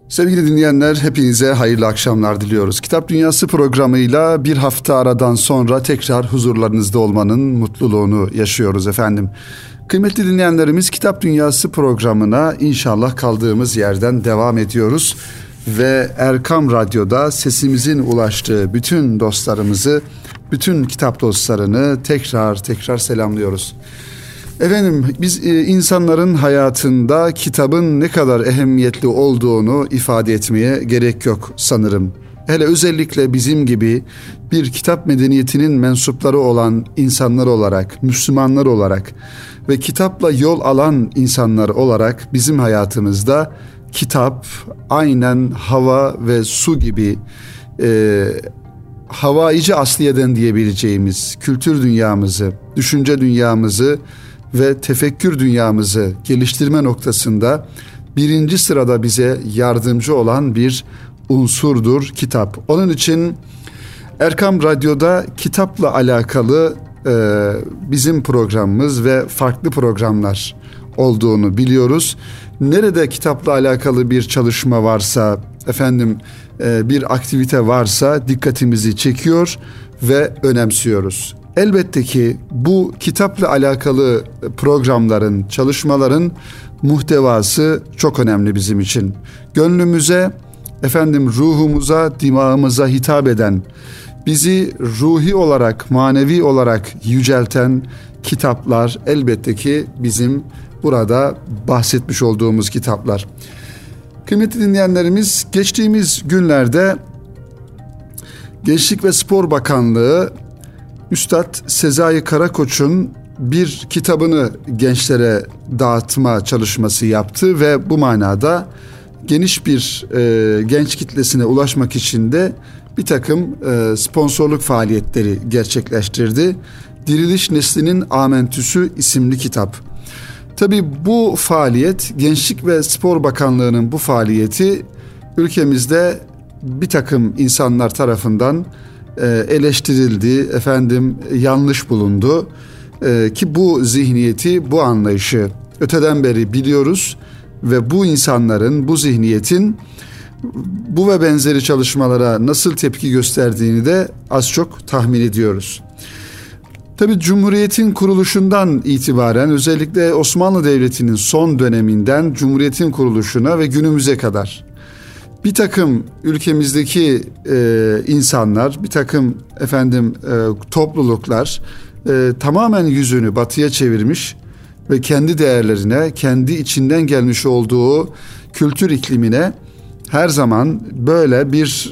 Sevgili dinleyenler, hepinize hayırlı akşamlar diliyoruz. Kitap Dünyası programıyla bir hafta aradan sonra tekrar huzurlarınızda olmanın mutluluğunu yaşıyoruz efendim. Kıymetli dinleyenlerimiz, Kitap Dünyası programına inşallah kaldığımız yerden devam ediyoruz. Ve Erkam Radyo'da sesimizin ulaştığı bütün dostlarımızı, bütün kitap dostlarını tekrar selamlıyoruz. Efendim, biz insanların hayatında kitabın ne kadar ehemmiyetli olduğunu ifade etmeye gerek yok sanırım. Hele özellikle bizim gibi bir kitap medeniyetinin mensupları olan insanlar olarak, Müslümanlar olarak ve kitapla yol alan insanlar olarak bizim hayatımızda kitap aynen hava ve su gibi havai-i asliyeden diyebileceğimiz kültür dünyamızı, düşünce dünyamızı ve tefekkür dünyamızı geliştirme noktasında birinci sırada bize yardımcı olan bir unsurdur kitap. Onun için Erkam Radyo'da kitapla alakalı bizim programımız ve farklı programlar olduğunu biliyoruz. Nerede kitapla alakalı bir çalışma varsa, bir aktivite varsa dikkatimizi çekiyor ve önemsiyoruz. Elbette ki bu kitapla alakalı programların, çalışmaların muhtevası çok önemli bizim için. Gönlümüze, ruhumuza, dimağımıza hitap eden, bizi ruhi olarak, manevi olarak yücelten kitaplar elbette ki bizim burada bahsetmiş olduğumuz kitaplar. Kıymetli dinleyenlerimiz, geçtiğimiz günlerde Gençlik ve Spor Bakanlığı Üstad Sezai Karakoç'un bir kitabını gençlere dağıtma çalışması yaptı ve bu manada geniş bir genç kitlesine ulaşmak için de bir takım sponsorluk faaliyetleri gerçekleştirdi. Diriliş Neslinin Amentüsü isimli kitap. Tabii bu faaliyet, Gençlik ve Spor Bakanlığı'nın bu faaliyeti ülkemizde bir takım insanlar tarafından eleştirildi, yanlış bulundu. Ki bu zihniyeti, bu anlayışı öteden beri biliyoruz ve bu insanların, bu zihniyetin bu ve benzeri çalışmalara nasıl tepki gösterdiğini de az çok tahmin ediyoruz. Tabii Cumhuriyet'in kuruluşundan itibaren, özellikle Osmanlı Devleti'nin son döneminden Cumhuriyet'in kuruluşuna ve günümüze kadar bir takım ülkemizdeki insanlar, bir takım topluluklar tamamen yüzünü batıya çevirmiş ve kendi değerlerine, kendi içinden gelmiş olduğu kültür iklimine her zaman böyle bir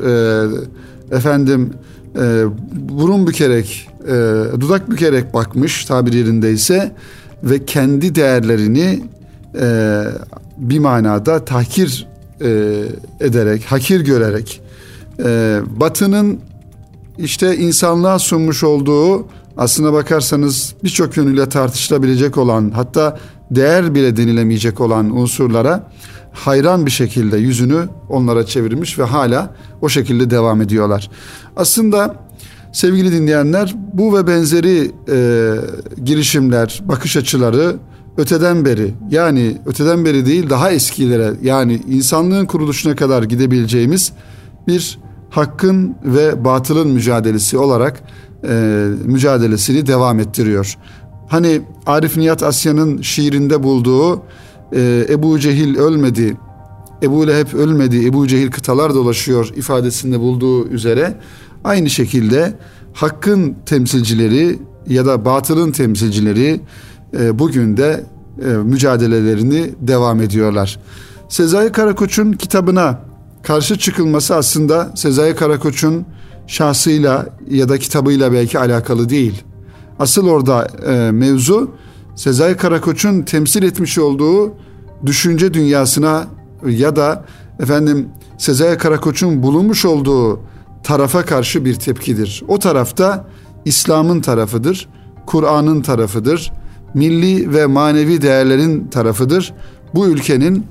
burun bükerek, dudak bükerek bakmış, tabir yerindeyse, ve kendi değerlerini bir manada tahkir ederek, hakir görerek Batı'nın insanlığa sunmuş olduğu, aslına bakarsanız birçok yönüyle tartışılabilecek olan, hatta değer bile denilemeyecek olan unsurlara hayran bir şekilde yüzünü onlara çevirmiş ve hala o şekilde devam ediyorlar. Aslında sevgili dinleyenler, bu ve benzeri girişimler, bakış açıları öteden beri değil, daha eskilere, yani insanlığın kuruluşuna kadar gidebileceğimiz bir hakkın ve batılın mücadelesi olarak mücadelesini devam ettiriyor. Hani Arif Nihat Asya'nın şiirinde bulduğu Ebu Cehil ölmedi, Ebu Leheb ölmedi, Ebu Cehil kıtalar dolaşıyor ifadesinde bulduğu üzere, aynı şekilde hakkın temsilcileri ya da batılın temsilcileri bugün de mücadelelerini devam ediyorlar. Sezai Karakoç'un kitabına karşı çıkılması aslında Sezai Karakoç'un şahsıyla ya da kitabıyla belki alakalı değil. Asıl orada mevzu Sezai Karakoç'un temsil etmiş olduğu düşünce dünyasına ya da Sezai Karakoç'un bulunmuş olduğu tarafa karşı bir tepkidir. O tarafta İslam'ın tarafıdır, Kur'an'ın tarafıdır, milli ve manevi değerlerin tarafıdır. Bu ülkenin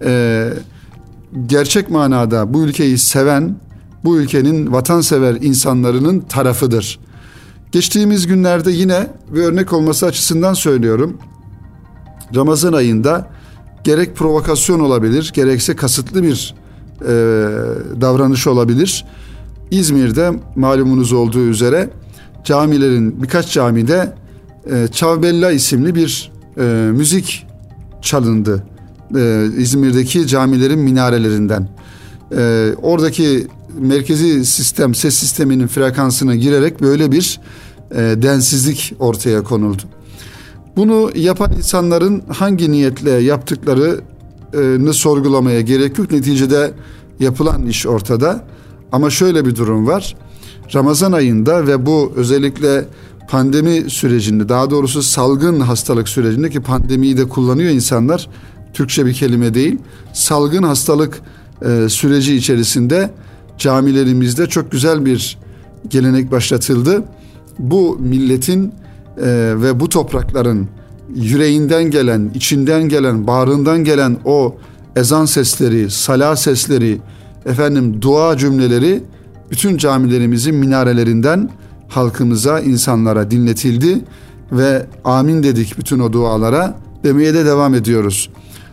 gerçek manada bu ülkeyi seven, bu ülkenin vatansever insanlarının tarafıdır. Geçtiğimiz günlerde yine bir örnek olması açısından söylüyorum. Ramazan ayında gerek provokasyon olabilir, gerekse kasıtlı bir davranış olabilir. İzmir'de malumunuz olduğu üzere camilerin birkaç camide Çavbella isimli bir müzik çalındı. İzmir'deki camilerin minarelerinden. Oradaki merkezi sistem, ses sisteminin frekansına girerek böyle bir densizlik ortaya konuldu. Bunu yapan insanların hangi niyetle yaptıklarını sorgulamaya gerek yok. Neticede yapılan iş ortada. Ama şöyle bir durum var. Ramazan ayında ve bu özellikle pandemi sürecinde, daha doğrusu salgın hastalık sürecinde, ki pandemiyi de kullanıyor insanlar, Türkçe bir kelime değil, salgın hastalık süreci içerisinde camilerimizde çok güzel bir gelenek başlatıldı. Bu milletin ve bu toprakların yüreğinden gelen, içinden gelen, bağrından gelen o ezan sesleri, salah sesleri, dua cümleleri bütün camilerimizin minarelerinden halkımıza, insanlara dinletildi ve amin dedik bütün o dualara, demeye de devam ediyoruz.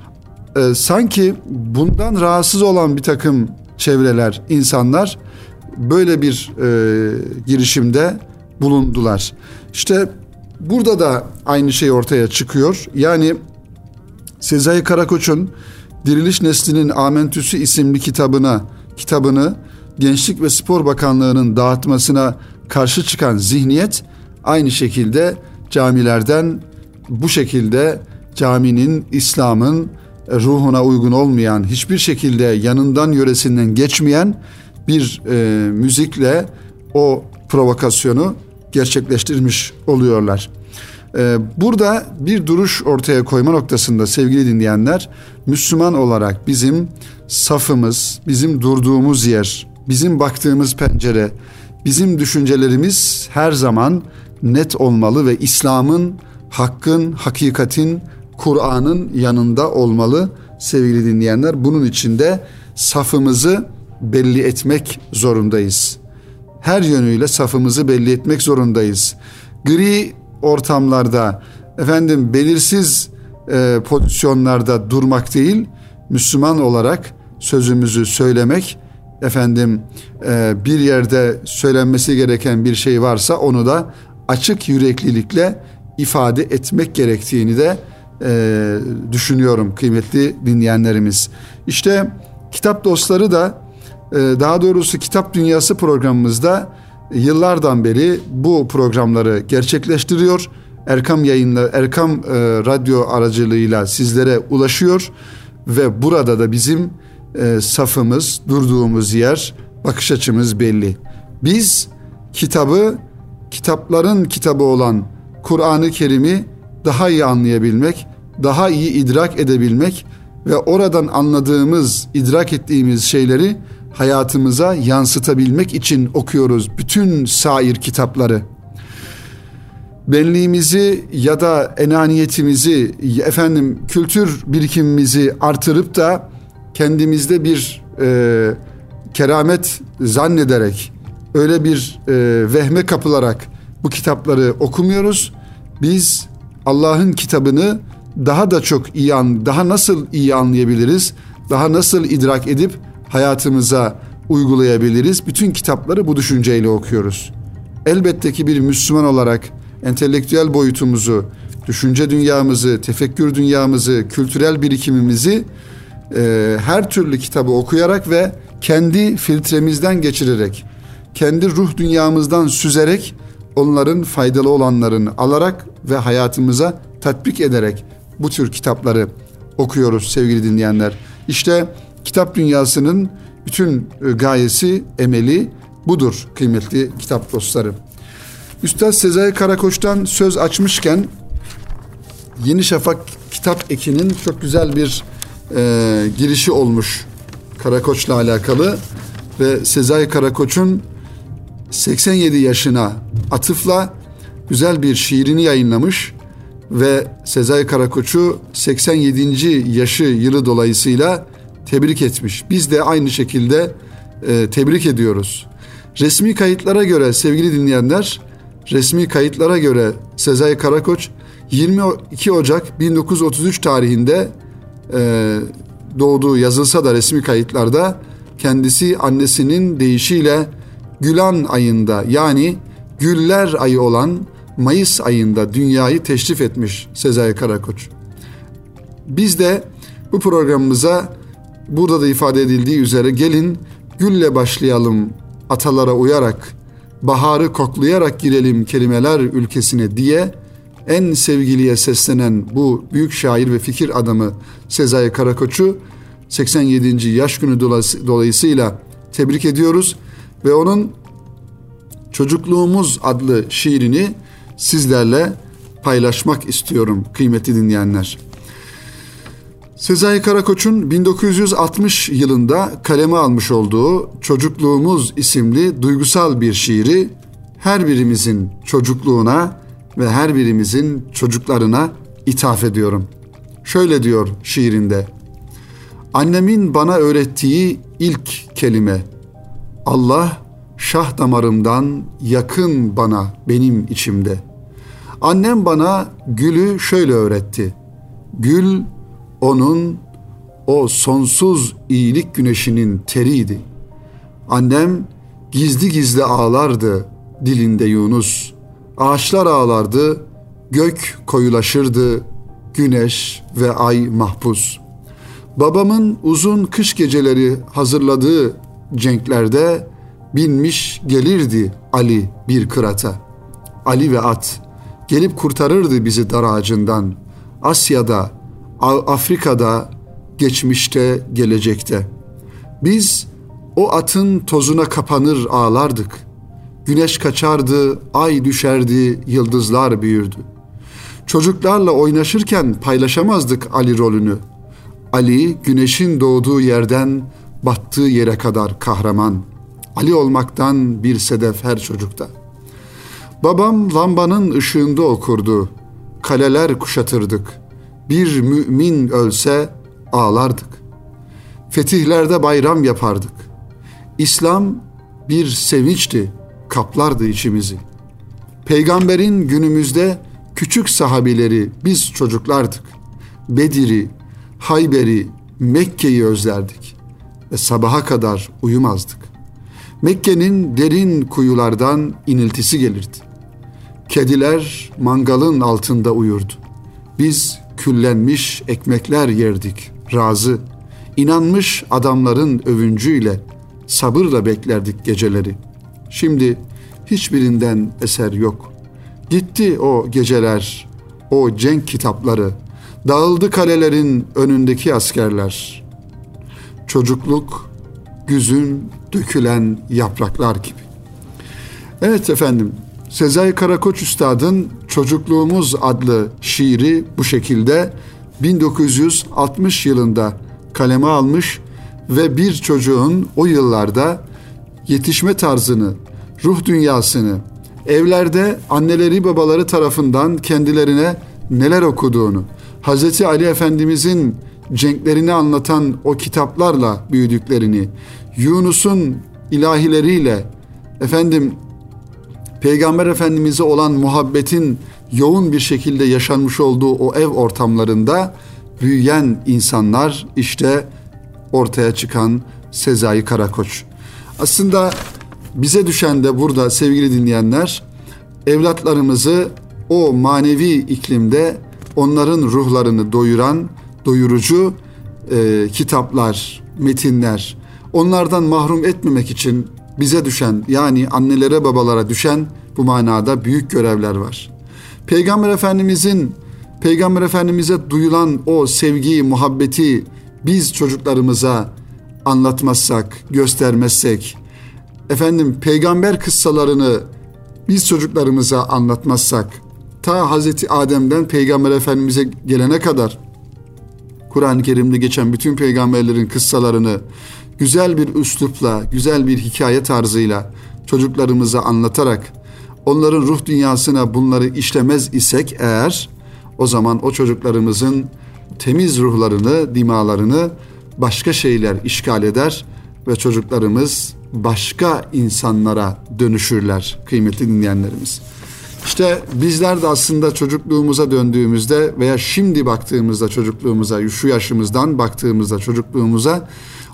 Sanki bundan rahatsız olan bir takım çevreler, insanlar böyle bir girişimde bulundular. İşte burada da aynı şey ortaya çıkıyor. Yani Sezai Karakoç'un Diriliş Nesli'nin Amentüsü isimli kitabını Gençlik ve Spor Bakanlığı'nın dağıtmasına karşı çıkan zihniyet aynı şekilde camilerden bu şekilde caminin, İslam'ın ruhuna uygun olmayan, hiçbir şekilde yanından yöresinden geçmeyen bir müzikle o provokasyonu gerçekleştirmiş oluyorlar. Burada bir duruş ortaya koyma noktasında sevgili dinleyenler, Müslüman olarak bizim safımız, bizim durduğumuz yer, bizim baktığımız pencere, bizim düşüncelerimiz her zaman net olmalı ve İslam'ın, hakkın, hakikatin, Kur'an'ın yanında olmalı sevgili dinleyenler. Bunun için de safımızı belli etmek zorundayız. Her yönüyle safımızı belli etmek zorundayız. Gri ortamlarda, belirsiz pozisyonlarda durmak değil, Müslüman olarak sözümüzü söylemek, bir yerde söylenmesi gereken bir şey varsa onu da açık yüreklilikle ifade etmek gerektiğini de düşünüyorum kıymetli dinleyenlerimiz. İşte Kitap Dostları da daha doğrusu Kitap Dünyası programımızda yıllardan beri bu programları gerçekleştiriyor. Erkam Radyo aracılığıyla sizlere ulaşıyor ve burada da bizim safımız, durduğumuz yer, bakış açımız belli. Biz kitapların kitabı olan Kur'an-ı Kerim'i daha iyi anlayabilmek, daha iyi idrak edebilmek ve oradan anladığımız, idrak ettiğimiz şeyleri hayatımıza yansıtabilmek için okuyoruz bütün sair kitapları. Benliğimizi ya da enaniyetimizi, kültür birikimimizi artırıp da kendimizde bir keramet zannederek, öyle bir vehme kapılarak bu kitapları okumuyoruz. Biz Allah'ın kitabını daha da çok iyi daha nasıl iyi anlayabiliriz? Daha nasıl idrak edip hayatımıza uygulayabiliriz? Bütün kitapları bu düşünceyle okuyoruz. Elbette ki bir Müslüman olarak entelektüel boyutumuzu, düşünce dünyamızı, tefekkür dünyamızı, kültürel birikimimizi her türlü kitabı okuyarak ve kendi filtremizden geçirerek, kendi ruh dünyamızdan süzerek, onların faydalı olanlarını alarak ve hayatımıza tatbik ederek bu tür kitapları okuyoruz sevgili dinleyenler. İşte Kitap Dünyası'nın bütün gayesi, emeli budur kıymetli kitap dostları. Üstad Sezai Karakoç'tan söz açmışken Yeni Şafak Kitap Eki'nin çok güzel bir girişi olmuş Karakoç'la alakalı ve Sezai Karakoç'un 87 yaşına atıfla güzel bir şiirini yayınlamış ve Sezai Karakoç'u 87. yaşı yılı dolayısıyla tebrik etmiş. Biz de aynı şekilde tebrik ediyoruz. Resmi kayıtlara göre sevgili dinleyenler, Sezai Karakoç 22 Ocak 1933 tarihinde doğduğu yazılsa da resmi kayıtlarda kendisi annesinin deyişiyle Gülan ayında, yani güller ayı olan Mayıs ayında dünyayı teşrif etmiş Sezai Karakoç. Biz de bu programımıza burada da ifade edildiği üzere gelin gülle başlayalım atalara uyarak, baharı koklayarak girelim kelimeler ülkesine diye en sevgiliye seslenen bu büyük şair ve fikir adamı Sezai Karakoç'u 87. yaş günü dolayısıyla tebrik ediyoruz ve onun Çocukluğumuz adlı şiirini sizlerle paylaşmak istiyorum kıymetli dinleyenler. Sezai Karakoç'un 1960 yılında kaleme almış olduğu Çocukluğumuz isimli duygusal bir şiiri her birimizin çocukluğuna ve her birimizin çocuklarına ithaf ediyorum. Şöyle diyor şiirinde: Annemin bana öğrettiği ilk kelime, Allah şah damarımdan yakın bana benim içimde. Annem bana gülü şöyle öğretti. Gül onun o sonsuz iyilik güneşinin teriydi. Annem gizli gizli ağlardı dilinde Yunus. Ağaçlar ağlardı, gök koyulaşırdı, güneş ve ay mahpus. Babamın uzun kış geceleri hazırladığı cenklerde binmiş gelirdi Ali bir kırata. Ali ve at gelip kurtarırdı bizi dar ağacından. Asya'da, Afrika'da, geçmişte, gelecekte. Biz o atın tozuna kapanır ağlardık. Güneş kaçardı, ay düşerdi, yıldızlar büyürdü. Çocuklarla oynaşırken paylaşamazdık Ali rolünü. Ali güneşin doğduğu yerden battığı yere kadar kahraman. Ali olmaktan bir sedef her çocukta. Babam lambanın ışığında okurdu. Kaleler kuşatırdık. Bir mümin ölse ağlardık. Fetihlerde bayram yapardık. İslam bir sevinçti, kaplardı içimizi. Peygamberin günümüzde küçük sahabileri biz çocuklardık. Bedir'i, Hayber'i, Mekke'yi özlerdik ve sabaha kadar uyumazdık. Mekke'nin derin kuyulardan iniltisi gelirdi. Kediler mangalın altında uyurdu. Biz küllenmiş ekmekler yerdik, razı. İnanmış adamların övüncüyle sabırla beklerdik geceleri. Şimdi hiçbirinden eser yok. Gitti o geceler, o cenk kitapları. Dağıldı kalelerin önündeki askerler. Çocukluk, güzün dökülen yapraklar gibi. Evet efendim, Sezai Karakoç Üstad'ın Çocukluğumuz adlı şiiri bu şekilde 1960 yılında kaleme almış ve bir çocuğun o yıllarda yetişme tarzını, ruh dünyasını, evlerde anneleri babaları tarafından kendilerine neler okuduğunu, Hazreti Ali Efendimizin cenklerini anlatan o kitaplarla büyüdüklerini, Yunus'un ilahileriyle Peygamber Efendimiz'e olan muhabbetin yoğun bir şekilde yaşanmış olduğu o ev ortamlarında büyüyen insanlar, işte ortaya çıkan Sezai Karakoç. Aslında bize düşen de burada sevgili dinleyenler, evlatlarımızı o manevi iklimde onların ruhlarını doyuran, doyurucu kitaplar, metinler, onlardan mahrum etmemek için bize düşen, yani annelere babalara düşen bu manada büyük görevler var. Peygamber Efendimiz'e duyulan o sevgiyi, muhabbeti biz çocuklarımıza anlatmazsak, göstermezsek, peygamber kıssalarını biz çocuklarımıza anlatmazsak, ta Hazreti Adem'den Peygamber Efendimiz'e gelene kadar Kur'an-ı Kerim'de geçen bütün peygamberlerin kıssalarını güzel bir üslupla, güzel bir hikaye tarzıyla çocuklarımıza anlatarak onların ruh dünyasına bunları işlemez isek eğer, o zaman o çocuklarımızın temiz ruhlarını, dimalarını başka şeyler işgal eder ve çocuklarımız başka insanlara dönüşürler kıymetli dinleyenlerimiz. İşte bizler de aslında çocukluğumuza döndüğümüzde veya şimdi baktığımızda çocukluğumuza, şu yaşımızdan baktığımızda çocukluğumuza,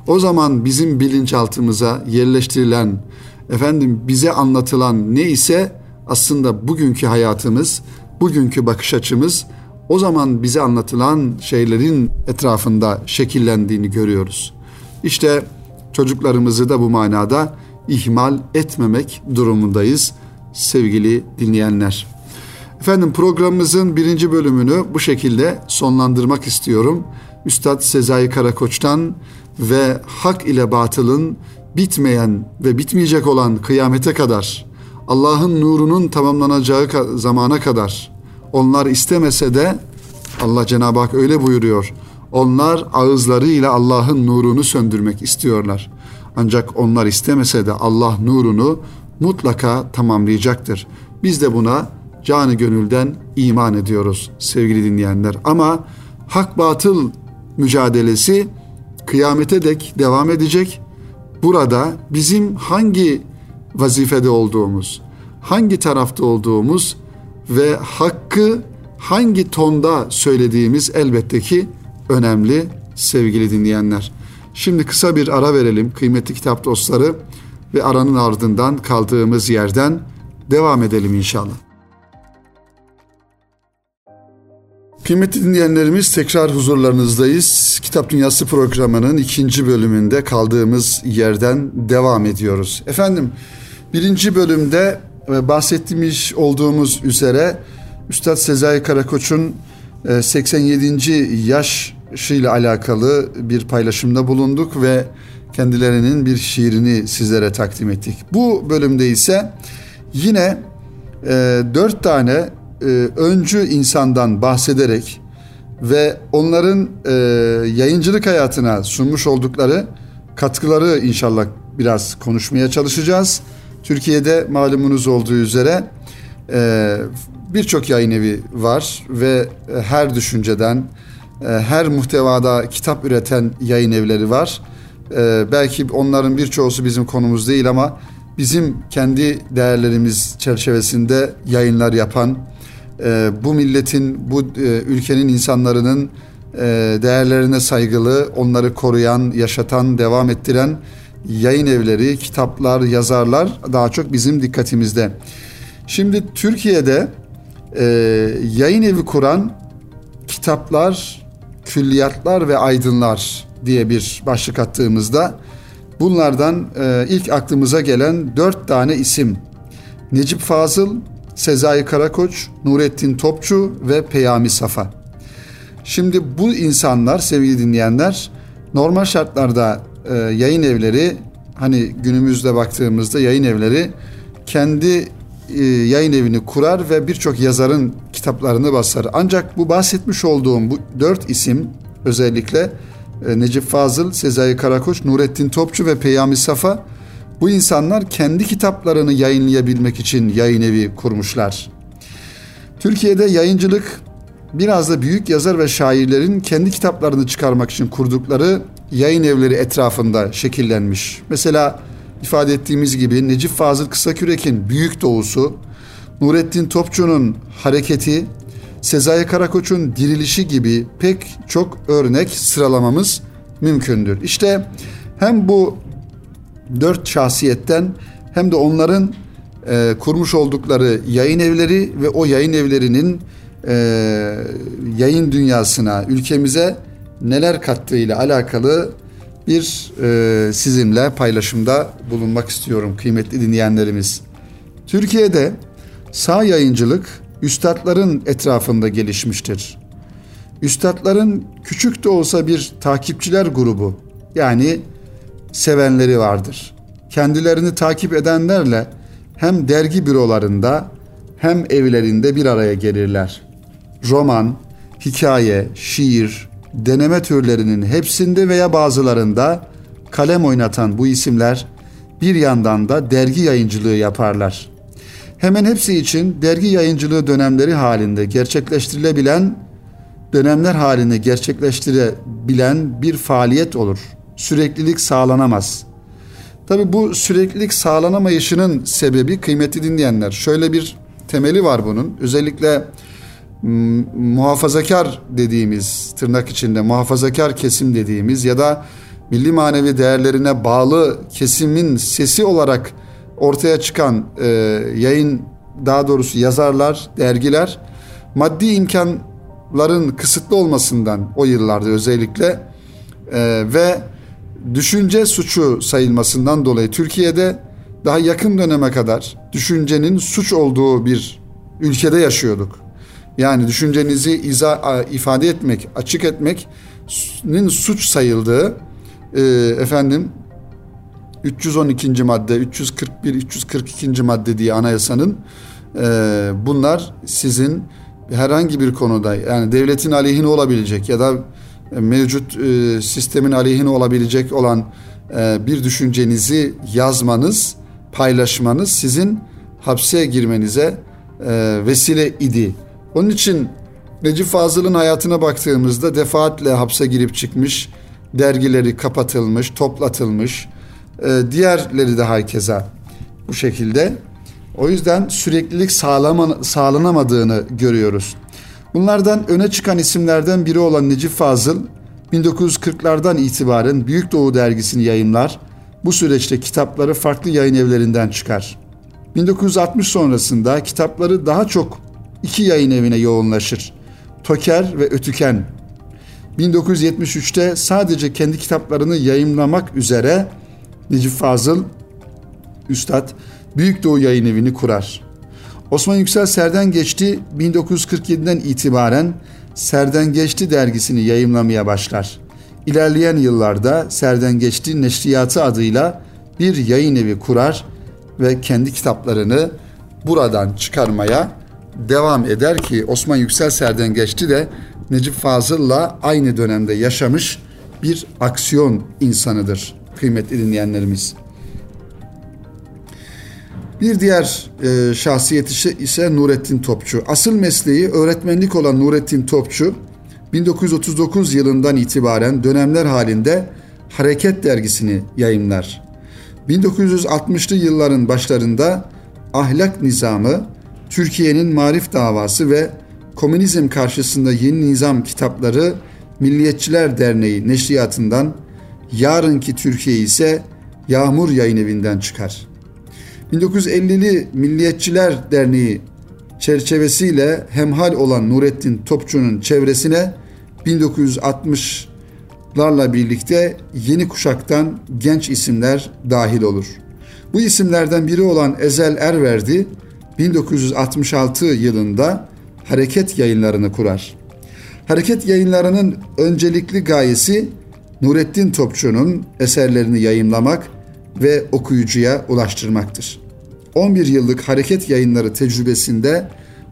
O zaman bizim bilinçaltımıza yerleştirilen, bize anlatılan ne ise aslında bugünkü hayatımız, bugünkü bakış açımız o zaman bize anlatılan şeylerin etrafında şekillendiğini görüyoruz. İşte çocuklarımızı da bu manada ihmal etmemek durumundayız sevgili dinleyenler. Programımızın 1. bölümünü bu şekilde sonlandırmak istiyorum. Üstad Sezai Karakoç'tan ve hak ile batılın bitmeyen ve bitmeyecek olan kıyamete kadar, Allah'ın nurunun tamamlanacağı zamana kadar, onlar istemese de Allah Cenab-ı Hak öyle buyuruyor. Onlar ağızlarıyla Allah'ın nurunu söndürmek istiyorlar. Ancak onlar istemese de Allah nurunu mutlaka tamamlayacaktır. Biz de buna canı gönülden iman ediyoruz sevgili dinleyenler. Ama hak batıl mücadelesi kıyamete dek devam edecek. Burada bizim hangi vazifede olduğumuz, hangi tarafta olduğumuz ve hakkı hangi tonda söylediğimiz elbette ki önemli sevgili dinleyenler. Şimdi kısa bir ara verelim kıymetli kitap dostları ve aranın ardından kaldığımız yerden devam edelim inşallah. Kıymetli dinleyenlerimiz, tekrar huzurlarınızdayız. Kitap Dünyası programının 2. bölümünde kaldığımız yerden devam ediyoruz. 1. bölümde bahsetmiş olduğumuz üzere Üstad Sezai Karakoç'un 87. yaşıyla alakalı bir paylaşımda bulunduk ve kendilerinin bir şiirini sizlere takdim ettik. Bu bölümde ise yine 4 tane öncü insandan bahsederek ve onların yayıncılık hayatına sunmuş oldukları katkıları inşallah biraz konuşmaya çalışacağız. Türkiye'de malumunuz olduğu üzere birçok yayın evi var ve her düşünceden, her muhtevada kitap üreten yayın evleri var. Belki onların birçoğusu bizim konumuz değil ama bizim kendi değerlerimiz çerçevesinde yayınlar yapan, bu milletin, bu ülkenin insanların değerlerine saygılı, onları koruyan, yaşatan, devam ettiren yayın evleri, kitaplar, yazarlar daha çok bizim dikkatimizde. Şimdi Türkiye'de yayın evi kuran kitaplar, külliyatlar ve aydınlar diye bir başlık attığımızda bunlardan ilk aklımıza gelen 4 tane isim: Necip Fazıl, Sezai Karakoç, Nurettin Topçu ve Peyami Safa. Şimdi bu insanlar sevgili dinleyenler, normal şartlarda yayın evleri, hani günümüzde baktığımızda yayın evleri kendi yayın evini kurar ve birçok yazarın kitaplarını basar. Ancak bu bahsetmiş olduğum bu 4 isim, özellikle Necip Fazıl, Sezai Karakoç, Nurettin Topçu ve Peyami Safa, bu insanlar kendi kitaplarını yayınlayabilmek için yayın evi kurmuşlar. Türkiye'de yayıncılık biraz da büyük yazar ve şairlerin kendi kitaplarını çıkarmak için kurdukları yayın evleri etrafında şekillenmiş. Mesela ifade ettiğimiz gibi Necip Fazıl Kısakürek'in Büyük Doğusu, Nurettin Topçu'nun Hareketi, Sezai Karakoç'un Dirilişi gibi pek çok örnek sıralamamız mümkündür. İşte hem bu 4 şahsiyetten hem de onların kurmuş oldukları yayın evleri ve o yayın evlerinin yayın dünyasına, ülkemize neler kattığıyla alakalı bir sizinle paylaşımda bulunmak istiyorum kıymetli dinleyenlerimiz. Türkiye'de sağ yayıncılık üstadların etrafında gelişmiştir. Üstadların küçük de olsa bir takipçiler grubu, yani sevenleri vardır. Kendilerini takip edenlerle hem dergi bürolarında hem evlerinde bir araya gelirler. Roman, hikaye, şiir, deneme türlerinin hepsinde veya bazılarında kalem oynatan bu isimler bir yandan da dergi yayıncılığı yaparlar. Hemen hepsi için dergi yayıncılığı dönemler halinde gerçekleştirebilen bir faaliyet olur. Süreklilik sağlanamaz. Tabii bu süreklilik sağlanamayışının sebebi kıymetli dinleyenler, şöyle bir temeli var bunun. Özellikle muhafazakar dediğimiz, tırnak içinde muhafazakar kesim dediğimiz ya da milli manevi değerlerine bağlı kesimin sesi olarak ortaya çıkan yayın, daha doğrusu yazarlar, dergiler maddi imkanların kısıtlı olmasından o yıllarda özellikle ve düşünce suçu sayılmasından dolayı Türkiye'de daha yakın döneme kadar düşüncenin suç olduğu bir ülkede yaşıyorduk. Yani düşüncenizi ifade etmek, açık etmenin suç sayıldığı 312. madde, 341, 342. madde diye anayasanın bunlar sizin herhangi bir konuda, yani devletin aleyhine olabilecek ya da mevcut sistemin aleyhine olabilecek olan bir düşüncenizi yazmanız, paylaşmanız sizin hapse girmenize vesile idi. Onun için Necip Fazıl'ın hayatına baktığımızda defaatle hapse girip çıkmış, dergileri kapatılmış, toplatılmış, diğerleri de hakeza bu şekilde. O yüzden süreklilik sağlanamadığını görüyoruz. Bunlardan öne çıkan isimlerden biri olan Necip Fazıl 1940'lardan itibaren Büyük Doğu dergisini yayımlar. Bu süreçte kitapları farklı yayın evlerinden çıkar. 1960 sonrasında kitapları daha çok iki yayın evine yoğunlaşır. Toker ve Ötüken. 1973'te sadece kendi kitaplarını yayımlamak üzere Necip Fazıl Üstad Büyük Doğu Yayın Evi'ni kurar. Osman Yüksel Serdengeçti 1947'den itibaren Serdengeçti dergisini yayımlamaya başlar. İlerleyen yıllarda Serdengeçti Neşriyatı adıyla bir yayın evi kurar ve kendi kitaplarını buradan çıkarmaya devam eder ki Osman Yüksel Serdengeçti de Necip Fazıl'la aynı dönemde yaşamış bir aksiyon insanıdır kıymetli dinleyenlerimiz. Bir diğer şahsiyet ise Nurettin Topçu. Asıl mesleği öğretmenlik olan Nurettin Topçu 1939 yılından itibaren dönemler halinde Hareket dergisini yayımlar. 1960'lı yılların başlarında Ahlak Nizamı, Türkiye'nin Marif Davası ve Komünizm Karşısında Yeni Nizam kitapları Milliyetçiler Derneği neşriyatından, Yarınki Türkiye ise Yağmur Yayınevi'nden çıkar. 1950'li Milliyetçiler Derneği çerçevesiyle hemhal olan Nurettin Topçu'nun çevresine 1960'larla birlikte yeni kuşaktan genç isimler dahil olur. Bu isimlerden biri olan Ezel Erverdi 1966 yılında Hareket Yayınlarını kurar. Hareket Yayınlarının öncelikli gayesi Nurettin Topçu'nun eserlerini yayımlamak ve okuyucuya ulaştırmaktır. 11 yıllık Hareket Yayınları tecrübesinde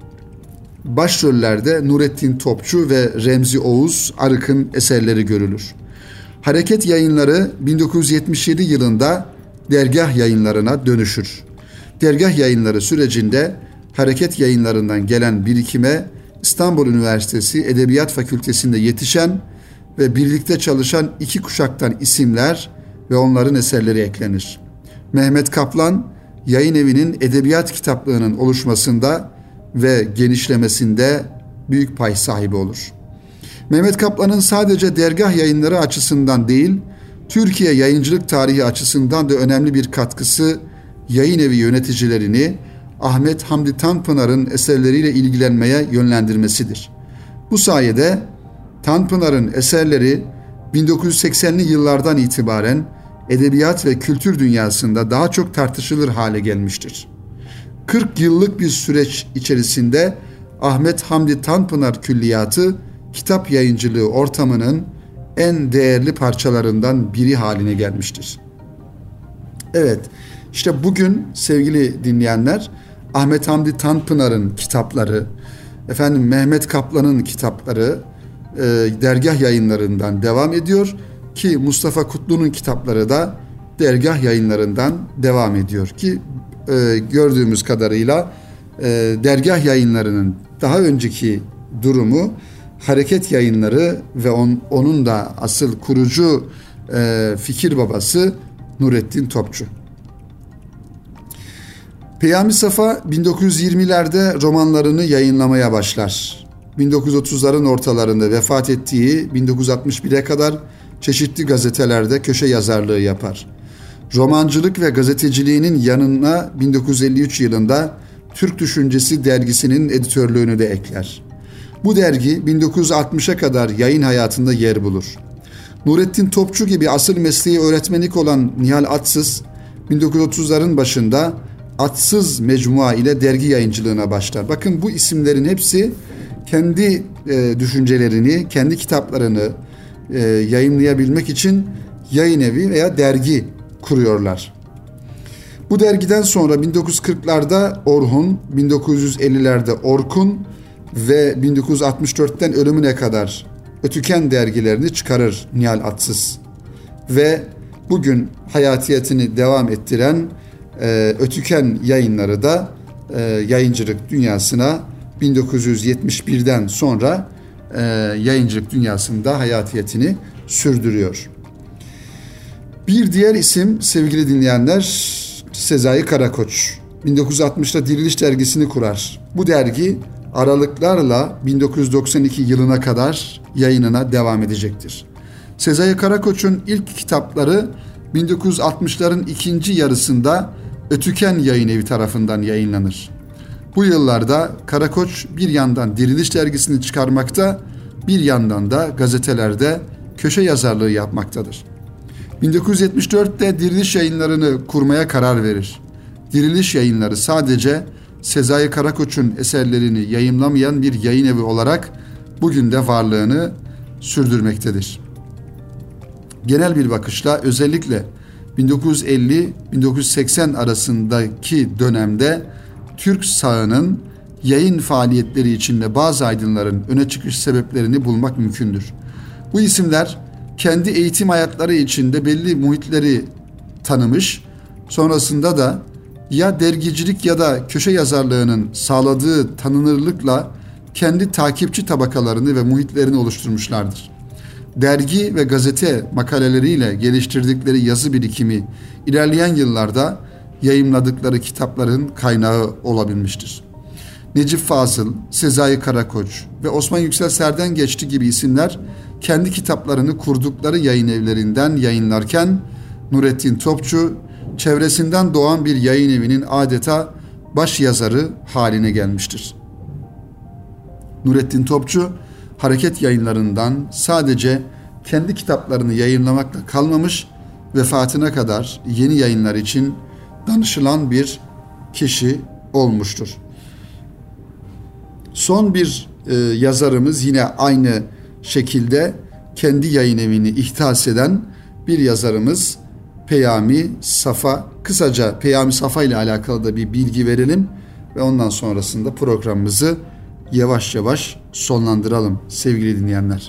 başrollerde Nurettin Topçu ve Remzi Oğuz Arık'ın eserleri görülür. Hareket Yayınları 1977 yılında Dergah Yayınlarına dönüşür. Dergah Yayınları sürecinde Hareket Yayınlarından gelen birikime İstanbul Üniversitesi Edebiyat Fakültesi'nde yetişen ve birlikte çalışan iki kuşaktan isimler ve onların eserleri eklenir. Mehmet Kaplan, yayın evinin edebiyat kitaplığının oluşmasında ve genişlemesinde büyük pay sahibi olur. Mehmet Kaplan'ın sadece dergah yayınları açısından değil, Türkiye yayıncılık tarihi açısından da önemli bir katkısı, yayın evi yöneticilerini Ahmet Hamdi Tanpınar'ın eserleriyle ilgilenmeye yönlendirmesidir. Bu sayede Tanpınar'ın eserleri 1980'li yıllardan itibaren edebiyat ve kültür dünyasında daha çok tartışılır hale gelmiştir. 40 yıllık bir süreç içerisinde Ahmet Hamdi Tanpınar Külliyatı, kitap yayıncılığı ortamının en değerli parçalarından biri haline gelmiştir. Evet, işte bugün sevgili dinleyenler, Ahmet Hamdi Tanpınar'ın kitapları, Mehmet Kaplan'ın kitapları dergah yayınlarından devam ediyor ki Mustafa Kutlu'nun kitapları da dergah yayınlarından devam ediyor ki gördüğümüz kadarıyla dergah yayınlarının daha önceki durumu Hareket Yayınları ve onun da asıl kurucu fikir babası Nurettin Topçu. Peyami Safa 1920'lerde romanlarını yayınlamaya başlar. 1930'ların ortalarında vefat ettiği 1961'e kadar çeşitli gazetelerde köşe yazarlığı yapar. Romancılık ve gazeteciliğinin yanına 1953 yılında Türk Düşüncesi dergisinin editörlüğünü de ekler. Bu dergi 1960'a kadar yayın hayatında yer bulur. Nurettin Topçu gibi asıl mesleği öğretmenlik olan Nihal Atsız, 1930'ların başında Atsız Mecmua ile dergi yayıncılığına başlar. Bakın bu isimlerin hepsi kendi düşüncelerini, kendi kitaplarını yayınlayabilmek için yayın evi veya dergi kuruyorlar. Bu dergiden sonra 1940'larda Orhun, 1950'lerde Orkun ve 1964'ten ölümüne kadar Ötüken dergilerini çıkarır Nihal Atsız. Ve bugün hayatiyetini devam ettiren Ötüken yayınları da yayıncılık dünyasına 1971'den sonra yayıncılık dünyasında hayatiyetini sürdürüyor. Bir diğer isim sevgili dinleyenler Sezai Karakoç. 1960'da Diriliş dergisini kurar. Bu dergi aralıklarla 1992 yılına kadar yayınına devam edecektir. Sezai Karakoç'un ilk kitapları 1960'ların ikinci yarısında Ötüken Yayınevi tarafından yayınlanır. Bu yıllarda Karakoç bir yandan Diriliş dergisini çıkarmakta, bir yandan da gazetelerde köşe yazarlığı yapmaktadır. 1974'te Diriliş Yayınları'nı kurmaya karar verir. Diriliş Yayınları sadece Sezai Karakoç'un eserlerini yayımlamayan bir yayın evi olarak bugün de varlığını sürdürmektedir. Genel bir bakışla özellikle 1950-1980 arasındaki dönemde Türk sağının yayın faaliyetleri içinde bazı aydınların öne çıkış sebeplerini bulmak mümkündür. Bu isimler kendi eğitim hayatları içinde belli muhitleri tanımış, sonrasında da ya dergicilik ya da köşe yazarlığının sağladığı tanınırlıkla kendi takipçi tabakalarını ve muhitlerini oluşturmuşlardır. Dergi ve gazete makaleleriyle geliştirdikleri yazı birikimi ilerleyen yıllarda yayımladıkları kitapların kaynağı olabilmiştir. Necip Fazıl, Sezai Karakoç ve Osman Yüksel Serdengeçli gibi isimler kendi kitaplarını kurdukları yayın evlerinden yayınlarken Nurettin Topçu çevresinden doğan bir yayın evinin adeta baş yazarı haline gelmiştir. Nurettin Topçu Hareket Yayınlarından sadece kendi kitaplarını yayınlamakla kalmamış, vefatına kadar yeni yayınlar için danışılan bir kişi olmuştur. Son bir yazarımız yine aynı şekilde kendi yayın evini ihdas eden bir yazarımız Peyami Safa. Kısaca Peyami Safa ile alakalı da bir bilgi verelim ve ondan sonrasında programımızı yavaş yavaş sonlandıralım sevgili dinleyenler.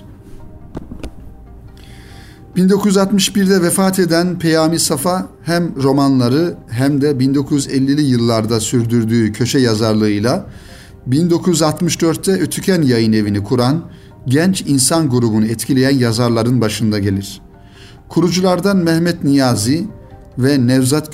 1961'de vefat eden Peyami Safa hem romanları hem de 1950'li yıllarda sürdürdüğü köşe yazarlığıyla 1964'te Ötüken Yayın Evi'ni kuran genç insan grubunu etkileyen yazarların başında gelir. Kuruculardan Mehmet Niyazi ve Nevzat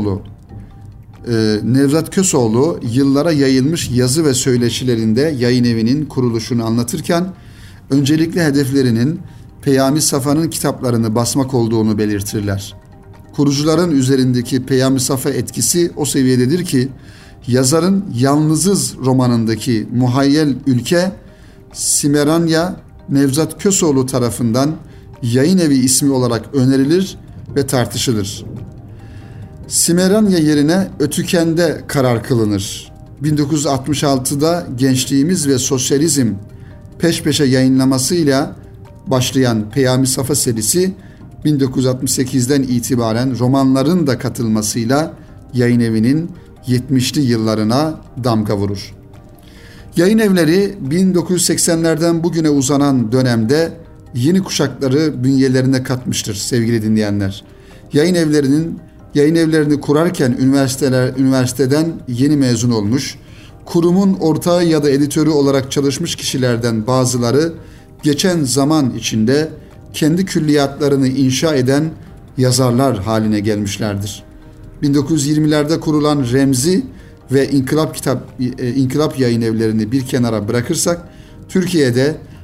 Köseoğlu yıllara yayılmış yazı ve söyleşilerinde yayın evinin kuruluşunu anlatırken öncelikle hedeflerinin Peyami Safa'nın kitaplarını basmak olduğunu belirtirler. Kurucuların üzerindeki Peyami Safa etkisi o seviyededir ki yazarın Yalnızız romanındaki muhayyel ülke Simeranya Nevzat Köseoğlu tarafından yayın evi ismi olarak önerilir ve tartışılır. Simeranya yerine Ötüken'de karar kılınır. 1966'da Gençliğimiz ve Sosyalizm peş peşe yayınlamasıyla başlayan Peyami Safa serisi 1968'den itibaren romanların da katılmasıyla yayın evinin 70'li yıllarına damga vurur. Yayın evleri 1980'lerden bugüne uzanan dönemde yeni kuşakları bünyelerine katmıştır sevgili dinleyenler. Yayın evlerini kurarken üniversiteden yeni mezun olmuş, kurumun ortağı ya da editörü olarak çalışmış kişilerden bazıları geçen zaman içinde kendi külliyatlarını inşa eden yazarlar haline gelmişlerdir. 1920'lerde kurulan Remzi ve İnkılap Yayın Evlerini bir kenara bırakırsak, Türkiye'de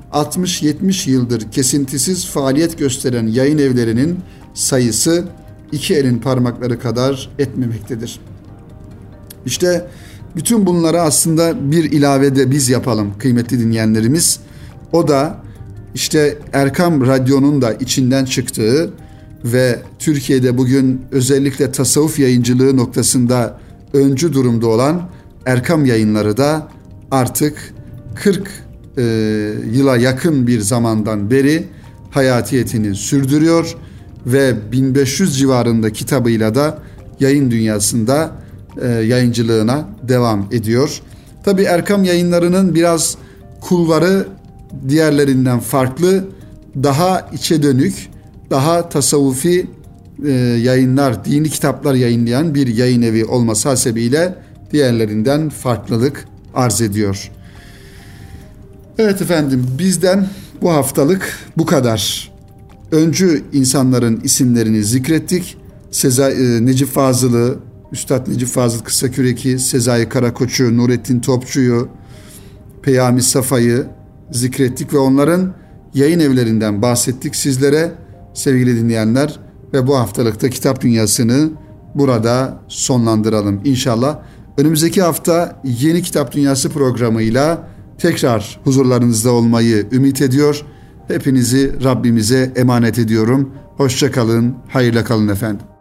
60-70 yıldır kesintisiz faaliyet gösteren yayın evlerinin sayısı iki elin parmakları kadar etmemektedir. İşte bütün bunlara aslında bir ilave de biz yapalım kıymetli dinleyenlerimiz. O da işte Erkam Radyo'nun da içinden çıktığı ve Türkiye'de bugün özellikle tasavvuf yayıncılığı noktasında öncü durumda olan Erkam Yayınları da artık 40 yıla yakın bir zamandan beri hayatiyetini sürdürüyor ve 1500 civarında kitabıyla da yayın dünyasında yayıncılığına devam ediyor. Tabii Erkam Yayınları'nın biraz kulvarı diğerlerinden farklı, daha içe dönük, daha tasavvufi yayınlar, dini kitaplar yayınlayan bir yayın evi olması hasebiyle diğerlerinden farklılık arz ediyor. Evet efendim, bizden bu haftalık bu kadar. Öncü insanların isimlerini zikrettik. Necip Fazıl'ı, Üstad Necip Fazıl Kısakürek'i, Sezai Karakoç'u, Nurettin Topçu'yu, Peyami Safa'yı zikrettik ve onların yayın evlerinden bahsettik sizlere sevgili dinleyenler. Ve bu haftalıkta Kitap Dünyası'nı burada sonlandıralım inşallah. Önümüzdeki hafta yeni Kitap Dünyası programıyla tekrar huzurlarınızda olmayı ümit ediyor. Hepinizi Rabbimize emanet ediyorum. Hoşça kalın, hayırla kalın efendim.